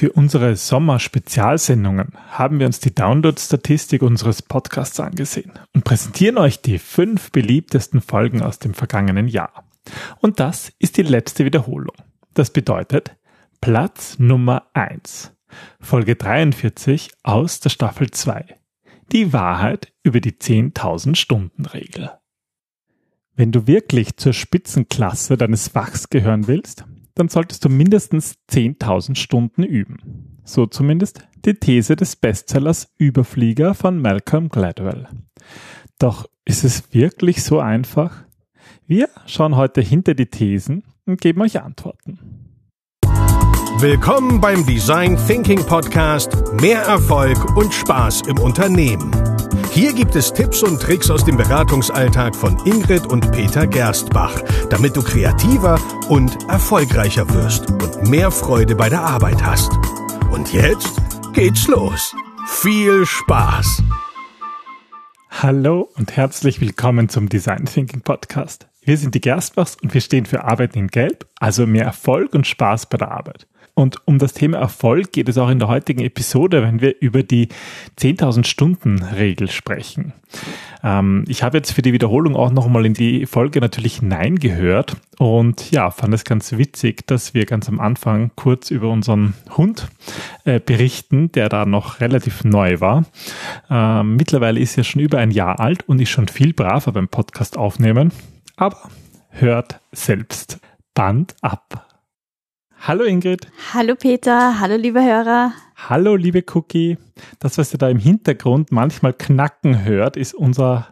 Für unsere Sommer-Spezialsendungen haben wir uns die Download-Statistik unseres Podcasts angesehen und präsentieren euch die 5 beliebtesten Folgen aus dem vergangenen Jahr. Und das ist die letzte Wiederholung. Das bedeutet Platz Nummer 1, Folge 43 aus der Staffel 2. Die Wahrheit über die 10.000-Stunden-Regel. Wenn du wirklich zur Spitzenklasse deines Fachs gehören willst, dann solltest du mindestens 10.000 Stunden üben. So zumindest die These des Bestsellers Überflieger von Malcolm Gladwell. Doch ist es wirklich so einfach? Wir schauen heute hinter die Thesen und geben euch Antworten. Willkommen beim Design Thinking Podcast Mehr Erfolg und Spaß im Unternehmen. Hier gibt es Tipps und Tricks aus dem Beratungsalltag von Ingrid und Peter Gerstbach, damit du kreativer und erfolgreicher wirst und mehr Freude bei der Arbeit hast. Und jetzt geht's los. Viel Spaß! Hallo und herzlich willkommen zum Design Thinking Podcast. Wir sind die Gerstbachs und wir stehen für Arbeiten in Gelb, also mehr Erfolg und Spaß bei der Arbeit. Und um das Thema Erfolg geht es auch in der heutigen Episode, wenn wir über die 10.000-Stunden-Regel sprechen. Ich habe jetzt für die Wiederholung auch nochmal in die Folge natürlich hineingehört und ja, fand es ganz witzig, dass wir ganz am Anfang kurz über unseren Hund berichten, der da noch relativ neu war. Mittlerweile ist er schon über ein Jahr alt und ist schon viel braver beim Podcast aufnehmen. Aber hört selbst. Band ab. Hallo Ingrid. Hallo Peter, hallo liebe Hörer. Hallo liebe Cookie. Das, was ihr da im Hintergrund manchmal knacken hört, ist unser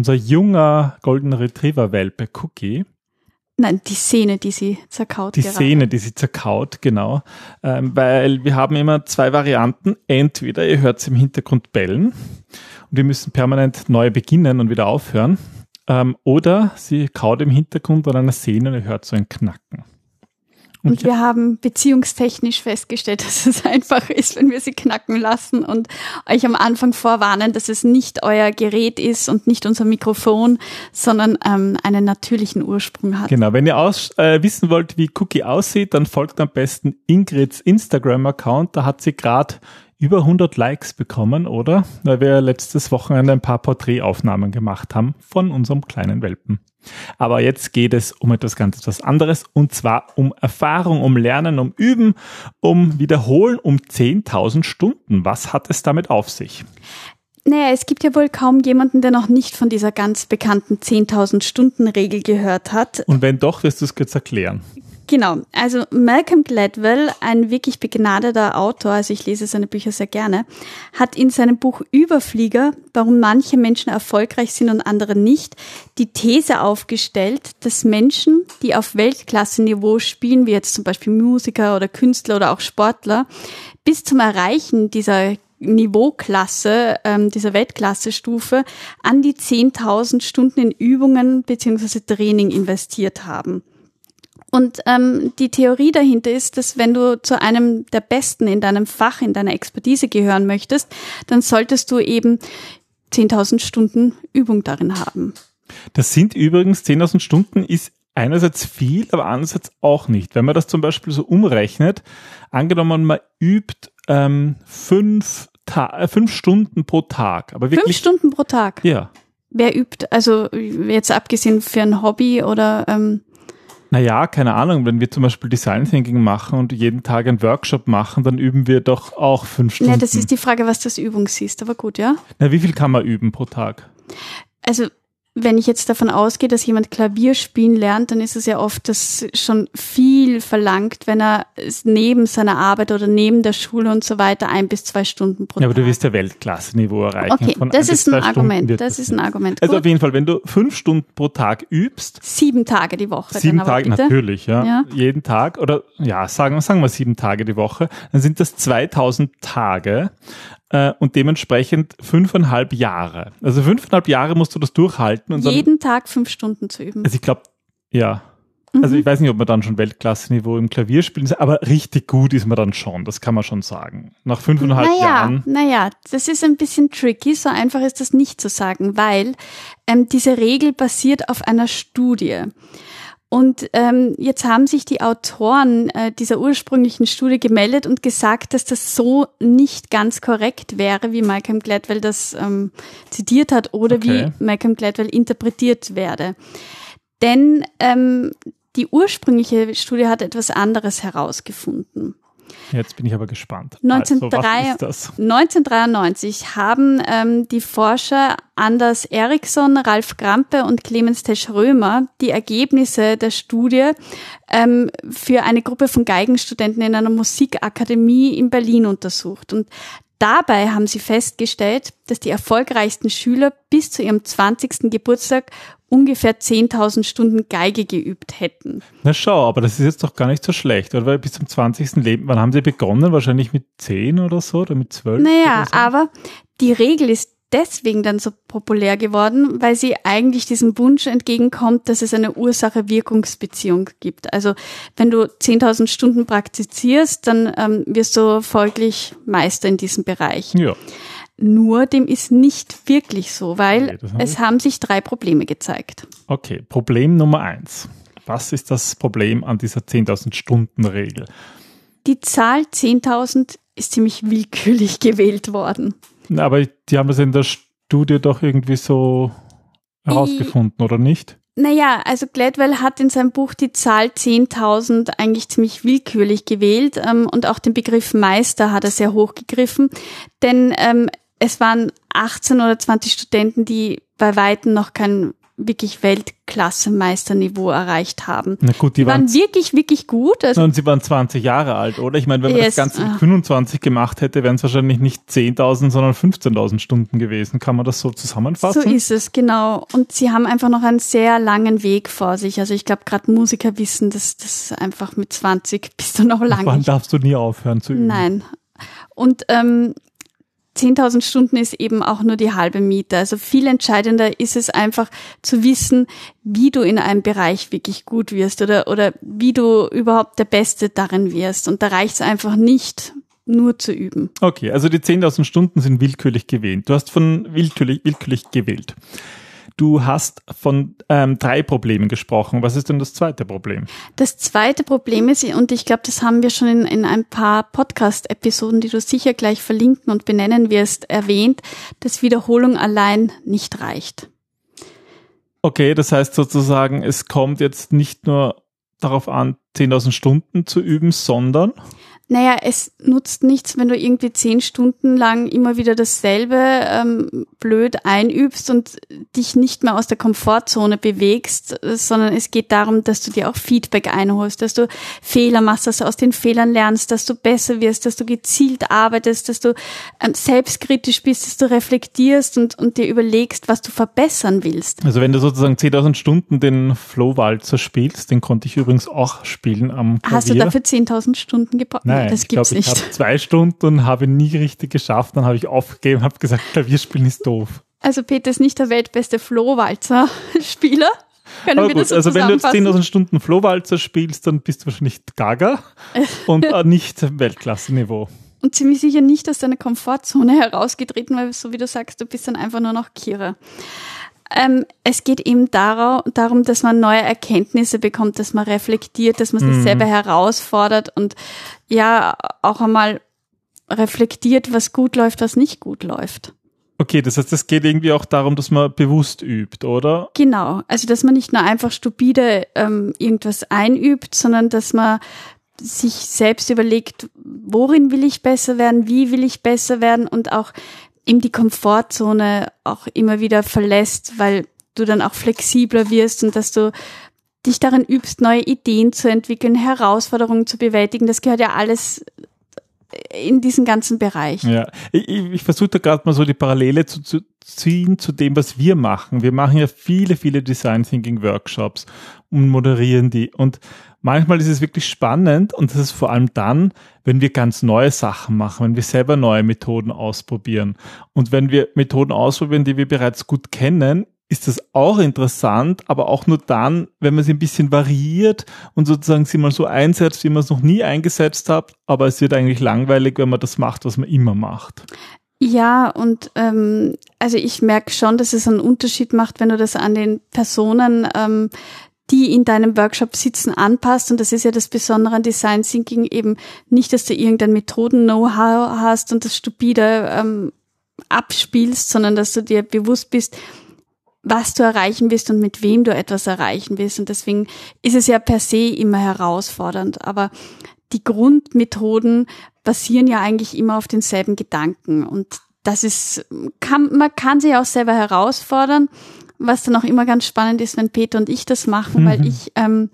junger Golden Retriever Welpe Cookie. Nein, die Sehne, die sie zerkaut. Die Sehne, die sie zerkaut, genau. Weil wir haben immer 2 Varianten. Entweder ihr hört sie im Hintergrund bellen und wir müssen permanent neu beginnen und wieder aufhören. Oder sie kaut im Hintergrund an einer Sehne und ihr hört so ein Knacken. Und wir haben beziehungstechnisch festgestellt, dass es einfach ist, wenn wir sie knacken lassen und euch am Anfang vorwarnen, dass es nicht euer Gerät ist und nicht unser Mikrofon, sondern einen natürlichen Ursprung hat. Genau, wenn ihr wissen wollt, wie Cookie aussieht, dann folgt am besten Ingrids Instagram-Account. Da hat sie gerade über 100 Likes bekommen, oder? Weil wir letztes Wochenende ein paar Porträtaufnahmen gemacht haben von unserem kleinen Welpen. Aber jetzt geht es um etwas ganz anderes, und zwar um Erfahrung, um Lernen, um Üben, um Wiederholen, um 10.000 Stunden. Was hat es damit auf sich? Naja, es gibt ja wohl kaum jemanden, der noch nicht von dieser ganz bekannten 10.000-Stunden-Regel gehört hat. Und wenn doch, wirst du es kurz erklären. Genau, also Malcolm Gladwell, ein wirklich begnadeter Autor, also ich lese seine Bücher sehr gerne, hat in seinem Buch Überflieger, warum manche Menschen erfolgreich sind und andere nicht, die These aufgestellt, dass Menschen, die auf Weltklasse-Niveau spielen, wie jetzt zum Beispiel Musiker oder Künstler oder auch Sportler, bis zum Erreichen dieser Niveauklasse, dieser Weltklasse-Stufe, an die 10.000 Stunden in Übungen bzw. Training investiert haben. Und die Theorie dahinter ist, dass wenn du zu einem der Besten in deinem Fach, in deiner Expertise gehören möchtest, dann solltest du eben 10.000 Stunden Übung darin haben. Das sind übrigens 10.000 Stunden ist einerseits viel, aber andererseits auch nicht. Wenn man das zum Beispiel so umrechnet, angenommen man übt 5 Stunden pro Tag. Aber wirklich 5 Stunden pro Tag? Ja. Wer übt? Also jetzt abgesehen für ein Hobby oder... Naja, keine Ahnung, wenn wir zum Beispiel Design Thinking machen und jeden Tag einen Workshop machen, dann üben wir doch auch 5 Stunden. Ja, das ist die Frage, was das Übung siehst, aber gut, ja. Na, wie viel kann man üben pro Tag? Also, wenn ich jetzt davon ausgehe, dass jemand Klavier spielen lernt, dann ist es ja oft das schon viel verlangt, wenn er neben seiner Arbeit oder neben der Schule und so weiter 1 bis 2 Stunden pro Tag. Ja, aber du wirst ja Weltklasse-Niveau erreichen. Okay, das ist ein Argument. Das ist ein Argument. Also auf jeden Fall, wenn du 5 Stunden pro Tag übst. 7 Tage die Woche. 7 Tage, natürlich, ja. Jeden Tag oder ja, sagen wir 7 Tage die Woche, dann sind das 2.000 Tage. Und dementsprechend 5,5 Jahre. Also 5,5 Jahre musst du das durchhalten. Und jeden Tag 5 Stunden zu üben. Also ich glaube, ja. Also ich weiß nicht, ob man dann schon Weltklasse-Niveau im Klavier spielen soll, aber richtig gut ist man dann schon, das kann man schon sagen. Nach 5,5 Jahren. Naja, das ist ein bisschen tricky, so einfach ist das nicht zu sagen, weil diese Regel basiert auf einer Studie. Und jetzt haben sich die Autoren dieser ursprünglichen Studie gemeldet und gesagt, dass das so nicht ganz korrekt wäre, wie Malcolm Gladwell das zitiert hat oder wie Malcolm Gladwell interpretiert werde. Denn die ursprüngliche Studie hat etwas anderes herausgefunden. Jetzt bin ich aber gespannt. 1993 haben die Forscher Anders Eriksson, Ralf Krampe und Clemens Tesch-Römer die Ergebnisse der Studie für eine Gruppe von Geigenstudenten in einer Musikakademie in Berlin untersucht. Und dabei haben sie festgestellt, dass die erfolgreichsten Schüler bis zu ihrem 20. Geburtstag ungefähr 10.000 Stunden Geige geübt hätten. Na schau, aber das ist jetzt doch gar nicht so schlecht, oder? Weil bis zum 20. Leben, wann haben sie begonnen? Wahrscheinlich mit 10 oder so oder mit 12? Naja, oder so? Aber die Regel ist deswegen dann so populär geworden, weil sie eigentlich diesem Wunsch entgegenkommt, dass es eine Ursache-Wirkungsbeziehung gibt. Also wenn du 10.000 Stunden praktizierst, dann wirst du folglich Meister in diesem Bereich. Ja. Nur dem ist nicht wirklich so, weil es haben sich 3 Probleme gezeigt. Okay, Problem Nummer 1. Was ist das Problem an dieser 10.000 Stunden Regel? Die Zahl 10.000 ist ziemlich willkürlich gewählt worden. Na, aber die haben das in der Studie doch irgendwie so herausgefunden, oder nicht? Naja, also Gladwell hat in seinem Buch die Zahl 10.000 eigentlich ziemlich willkürlich gewählt und auch den Begriff Meister hat er sehr hoch gegriffen, denn es waren 18 oder 20 Studenten, die bei Weitem noch kein wirklich Weltklasse-Meisterniveau erreicht haben. Na gut, die waren wirklich, wirklich gut. Also und sie waren 20 Jahre alt, oder? Ich meine, wenn man das Ganze mit 25 gemacht hätte, wären es wahrscheinlich nicht 10.000, sondern 15.000 Stunden gewesen. Kann man das so zusammenfassen? So ist es, genau. Und sie haben einfach noch einen sehr langen Weg vor sich. Also ich glaube, gerade Musiker wissen, dass das einfach mit 20 bist du noch lange. Wann darfst du nie aufhören zu üben? Nein. Und 10.000 Stunden ist eben auch nur die halbe Miete. Also viel entscheidender ist es einfach zu wissen, wie du in einem Bereich wirklich gut wirst oder wie du überhaupt der Beste darin wirst. Und da reicht es einfach nicht, nur zu üben. Okay, also die 10.000 Stunden sind willkürlich gewählt. Du hast von willkürlich gewählt. Du hast von 3 Problemen gesprochen. Was ist denn das zweite Problem? Das zweite Problem ist, und ich glaube, das haben wir schon in ein paar Podcast-Episoden, die du sicher gleich verlinken und benennen wirst, erwähnt, dass Wiederholung allein nicht reicht. Okay, das heißt sozusagen, es kommt jetzt nicht nur darauf an, 10.000 Stunden zu üben, sondern? Naja, es nutzt nichts, wenn du irgendwie 10 Stunden lang immer wieder dasselbe blöd einübst und dich nicht mehr aus der Komfortzone bewegst, sondern es geht darum, dass du dir auch Feedback einholst, dass du Fehler machst, dass du aus den Fehlern lernst, dass du besser wirst, dass du gezielt arbeitest, dass du selbstkritisch bist, dass du reflektierst und dir überlegst, was du verbessern willst. Also wenn du sozusagen 10.000 Stunden den Flo-Walzer spielst, den konnte ich übrigens auch spielen am Klavier. Hast du dafür 10.000 Stunden gebraucht? Nein, das gibt's nicht. Ich habe 2 Stunden und habe nie richtig geschafft. Dann habe ich aufgegeben, habe gesagt, Klavierspielen ist doof. Also Peter ist nicht der weltbeste Flo-Walzer-Spieler. Aber gut, also wenn du jetzt 10.000 Stunden Flo-Walzer spielst, dann bist du wahrscheinlich Gaga und nicht Weltklasse-Niveau. Und ziemlich sicher nicht aus deiner Komfortzone herausgetreten, weil so wie du sagst, du bist dann einfach nur noch Kira. Es geht eben darum, dass man neue Erkenntnisse bekommt, dass man reflektiert, dass man sich selber herausfordert und ja auch einmal reflektiert, was gut läuft, was nicht gut läuft. Okay, das heißt, es geht irgendwie auch darum, dass man bewusst übt, oder? Genau, also dass man nicht nur einfach stupide irgendwas einübt, sondern dass man sich selbst überlegt, worin will ich besser werden, wie will ich besser werden und auch eben die Komfortzone auch immer wieder verlässt, weil du dann auch flexibler wirst und dass du dich darin übst, neue Ideen zu entwickeln, Herausforderungen zu bewältigen. Das gehört ja alles in diesen ganzen Bereich. Ja, ich versuche da gerade mal so die Parallele zu ziehen zu dem, was wir machen. Wir machen ja viele Design Thinking Workshops und moderieren die. Und manchmal ist es wirklich spannend und das ist vor allem dann, wenn wir ganz neue Sachen machen, wenn wir selber neue Methoden ausprobieren. Und wenn wir Methoden ausprobieren, die wir bereits gut kennen, ist das auch interessant, aber auch nur dann, wenn man sie ein bisschen variiert und sozusagen sie mal so einsetzt, wie man es noch nie eingesetzt hat, aber es wird eigentlich langweilig, wenn man das macht, was man immer macht. Ja, und also ich merke schon, dass es einen Unterschied macht, wenn du das an den Personen die in deinem Workshop sitzen, anpasst. Und das ist ja das Besondere an Design Thinking, eben nicht, dass du irgendein Methoden-Know-how hast und das stupide abspielst, sondern dass du dir bewusst bist, was du erreichen willst und mit wem du etwas erreichen willst. Und deswegen ist es ja per se immer herausfordernd. Aber die Grundmethoden basieren ja eigentlich immer auf denselben Gedanken. Und das ist, man kann sich auch selber herausfordern, was dann auch immer ganz spannend ist, wenn Peter und ich das machen, weil ich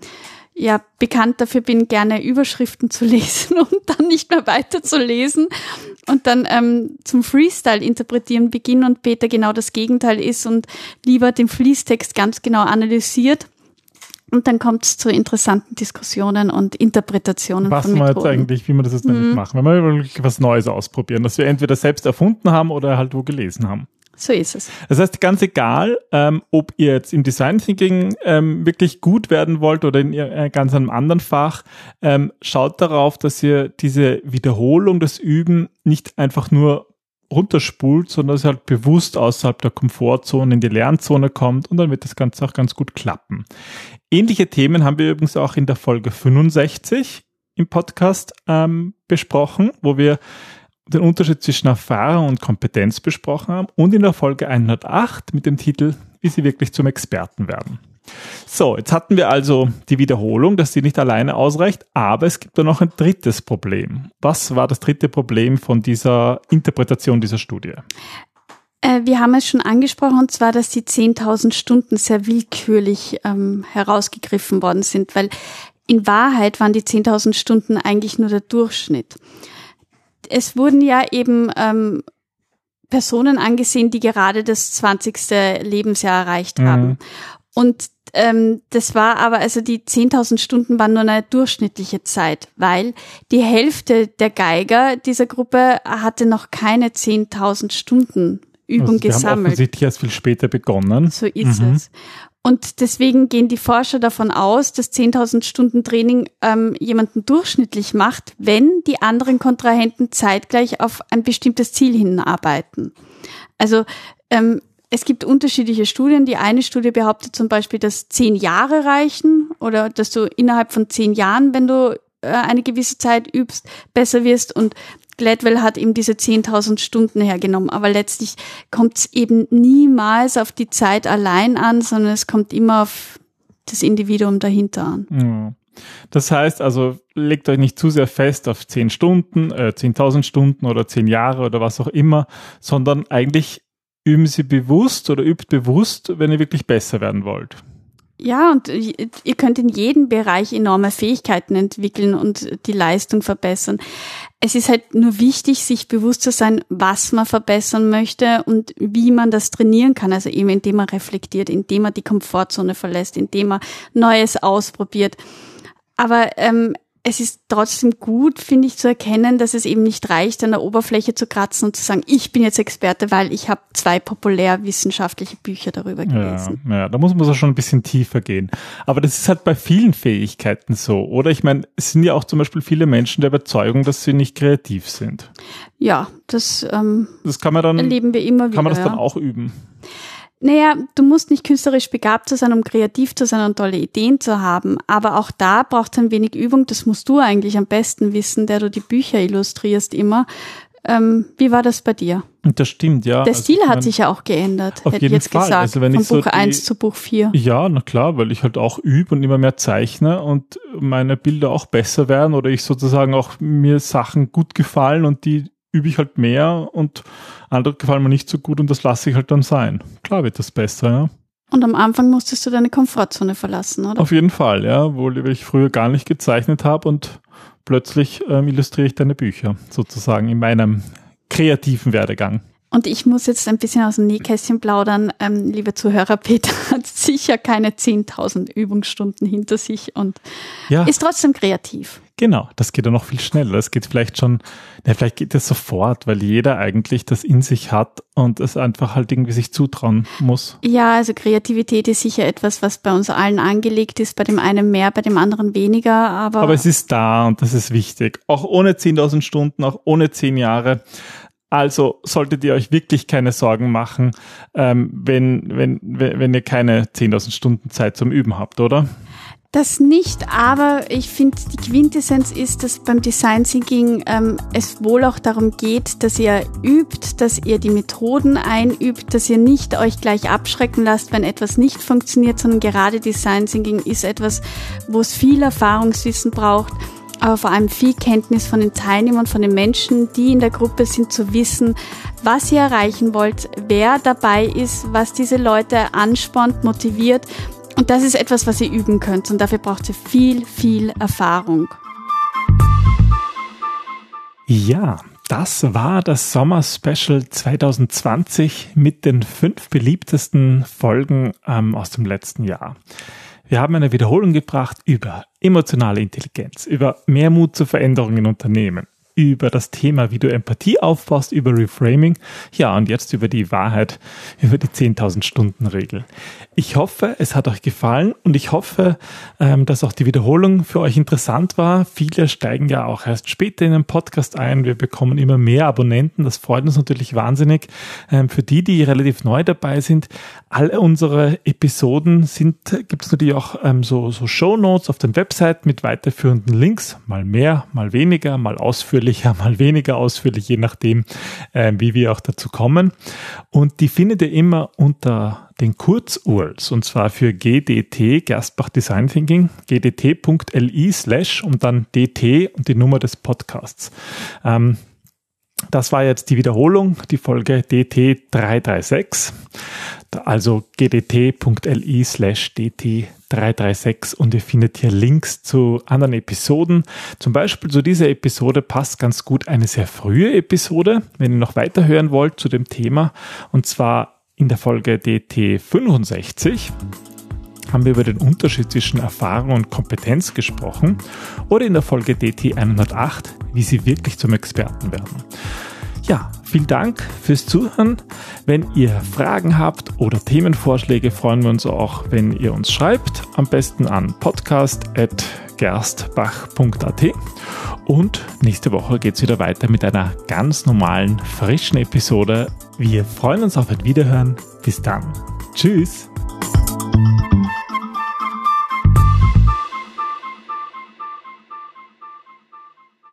bekannt dafür bin, gerne Überschriften zu lesen und dann nicht mehr weiter zu lesen und dann zum Freestyle interpretieren beginnen und Peter genau das Gegenteil ist und lieber den Fließtext ganz genau analysiert. Und dann kommt es zu interessanten Diskussionen und Interpretationen von Methoden. Was wir jetzt eigentlich, wie wir das jetzt nämlich machen, wenn wir wirklich was Neues ausprobieren, das wir entweder selbst erfunden haben oder halt wo gelesen haben. So ist es. Das heißt, ganz egal, ob ihr jetzt im Design Thinking wirklich gut werden wollt oder in ganz einem anderen Fach, schaut darauf, dass ihr diese Wiederholung, das Üben nicht einfach nur runterspult, sondern dass ihr halt bewusst außerhalb der Komfortzone in die Lernzone kommt und dann wird das Ganze auch ganz gut klappen. Ähnliche Themen haben wir übrigens auch in der Folge 65 im Podcast besprochen, wo wir den Unterschied zwischen Erfahrung und Kompetenz besprochen haben und in der Folge 108 mit dem Titel, wie Sie wirklich zum Experten werden. So, jetzt hatten wir also die Wiederholung, dass die nicht alleine ausreicht, aber es gibt da noch ein drittes Problem. Was war das dritte Problem von dieser Interpretation dieser Studie? Wir haben es schon angesprochen, und zwar, dass die 10.000 Stunden sehr willkürlich herausgegriffen worden sind, weil in Wahrheit waren die 10.000 Stunden eigentlich nur der Durchschnitt. Es wurden ja eben Personen angesehen, die gerade das 20. Lebensjahr erreicht haben. Und das war aber, also die 10.000 Stunden waren nur eine durchschnittliche Zeit, weil die Hälfte der Geiger dieser Gruppe hatte noch keine 10.000 Stunden Übung gesammelt. Die haben offensichtlich erst viel später begonnen. So ist es. Und deswegen gehen die Forscher davon aus, dass 10.000 Stunden Training jemanden durchschnittlich macht, wenn die anderen Kontrahenten zeitgleich auf ein bestimmtes Ziel hinarbeiten. Also es gibt unterschiedliche Studien. Die eine Studie behauptet zum Beispiel, dass 10 Jahre reichen oder dass du innerhalb von 10 Jahren, wenn du eine gewisse Zeit übst, besser wirst. Und Gladwell hat eben diese 10.000 Stunden hergenommen. Aber letztlich kommt es eben niemals auf die Zeit allein an, sondern es kommt immer auf das Individuum dahinter an. Ja. Das heißt also, legt euch nicht zu sehr fest auf 10 Stunden, 10.000 Stunden oder 10 Jahre oder was auch immer, sondern eigentlich üben Sie bewusst oder übt bewusst, wenn ihr wirklich besser werden wollt. Ja, und ihr könnt in jedem Bereich enorme Fähigkeiten entwickeln und die Leistung verbessern. Es ist halt nur wichtig, sich bewusst zu sein, was man verbessern möchte und wie man das trainieren kann. Also eben indem man reflektiert, indem man die Komfortzone verlässt, indem man Neues ausprobiert. Aber es ist trotzdem gut, finde ich, zu erkennen, dass es eben nicht reicht, an der Oberfläche zu kratzen und zu sagen, ich bin jetzt Experte, weil ich habe 2 populärwissenschaftliche Bücher darüber gelesen. Ja, da muss man so schon ein bisschen tiefer gehen. Aber das ist halt bei vielen Fähigkeiten so, oder? Ich meine, es sind ja auch zum Beispiel viele Menschen der Überzeugung, dass sie nicht kreativ sind. Ja, das kann man dann, erleben wir immer wieder. Kann man das dann auch üben? Naja, du musst nicht künstlerisch begabt sein, um kreativ zu sein und tolle Ideen zu haben. Aber auch da braucht es ein wenig Übung. Das musst du eigentlich am besten wissen, der du die Bücher illustrierst immer. Wie war das bei dir? Das stimmt, ja. Der Stil hat sich ja auch geändert, hätte ich jetzt gesagt, also wenn von Buch 1 zu Buch 4. Ja, na klar, weil ich halt auch übe und immer mehr zeichne und meine Bilder auch besser werden oder ich sozusagen auch mir Sachen gut gefallen und die übe ich halt mehr und andere gefallen mir nicht so gut und das lasse ich halt dann sein. Klar wird das besser, ja. Und am Anfang musstest du deine Komfortzone verlassen, oder? Auf jeden Fall, ja, obwohl ich früher gar nicht gezeichnet habe und plötzlich illustriere ich deine Bücher, sozusagen in meinem kreativen Werdegang. Und ich muss jetzt ein bisschen aus dem Nähkästchen plaudern. Liebe Zuhörer, Peter hat sicher keine 10.000 Übungsstunden hinter sich und ist trotzdem kreativ. Genau, das geht ja noch viel schneller. Das geht vielleicht schon, vielleicht geht das sofort, weil jeder eigentlich das in sich hat und es einfach halt irgendwie sich zutrauen muss. Ja, also Kreativität ist sicher etwas, was bei uns allen angelegt ist, bei dem einen mehr, bei dem anderen weniger. Aber es ist da und das ist wichtig. Auch ohne 10.000 Stunden, auch ohne 10 Jahre. Also solltet ihr euch wirklich keine Sorgen machen, wenn ihr keine 10.000 Stunden Zeit zum Üben habt, oder? Das nicht, aber ich finde, die Quintessenz ist, dass beim Design Thinking es wohl auch darum geht, dass ihr übt, dass ihr die Methoden einübt, dass ihr nicht euch gleich abschrecken lasst, wenn etwas nicht funktioniert, sondern gerade Design Thinking ist etwas, wo es viel Erfahrungswissen braucht, aber vor allem viel Kenntnis von den Teilnehmern, von den Menschen, die in der Gruppe sind, zu wissen, was ihr erreichen wollt, wer dabei ist, was diese Leute anspornt, motiviert. Und das ist etwas, was ihr üben könnt und dafür braucht ihr viel, viel Erfahrung. Ja, das war das Sommer-Special 2020 mit den 5 beliebtesten Folgen aus dem letzten Jahr. Wir haben eine Wiederholung gebracht über emotionale Intelligenz, über mehr Mut zur Veränderung in Unternehmen, über das Thema, wie du Empathie aufbaust, über Reframing, ja, und jetzt über die Wahrheit, über die 10.000-Stunden-Regel. Ich hoffe, es hat euch gefallen und ich hoffe, dass auch die Wiederholung für euch interessant war. Viele steigen ja auch erst später in den Podcast ein. Wir bekommen immer mehr Abonnenten. Das freut uns natürlich wahnsinnig. Für die relativ neu dabei sind, alle unsere Episoden gibt es natürlich auch so Shownotes auf den Webseiten mit weiterführenden Links. Mal mehr, mal weniger, mal ausführlicher, mal weniger ausführlich, je nachdem, wie wir auch dazu kommen. Und die findet ihr immer unter den Kurz-URLs, und zwar für GDT, Gerstbach Design Thinking, gdt.li/ und dann dt und die Nummer des Podcasts. Das war jetzt die Wiederholung, die Folge DT 336, also gdt.li/dt 336 und ihr findet hier Links zu anderen Episoden. Zum Beispiel zu dieser Episode passt ganz gut eine sehr frühe Episode, wenn ihr noch weiterhören wollt zu dem Thema, und zwar in der Folge DT 65 haben wir über den Unterschied zwischen Erfahrung und Kompetenz gesprochen, oder in der Folge DT 108, wie Sie wirklich zum Experten werden. Ja, vielen Dank fürs Zuhören. Wenn ihr Fragen habt oder Themenvorschläge, freuen wir uns auch, wenn ihr uns schreibt. Am besten an podcast@gerstbach.at. Und nächste Woche geht es wieder weiter mit einer ganz normalen, frischen Episode. Wir freuen uns auf ein Wiederhören. Bis dann. Tschüss.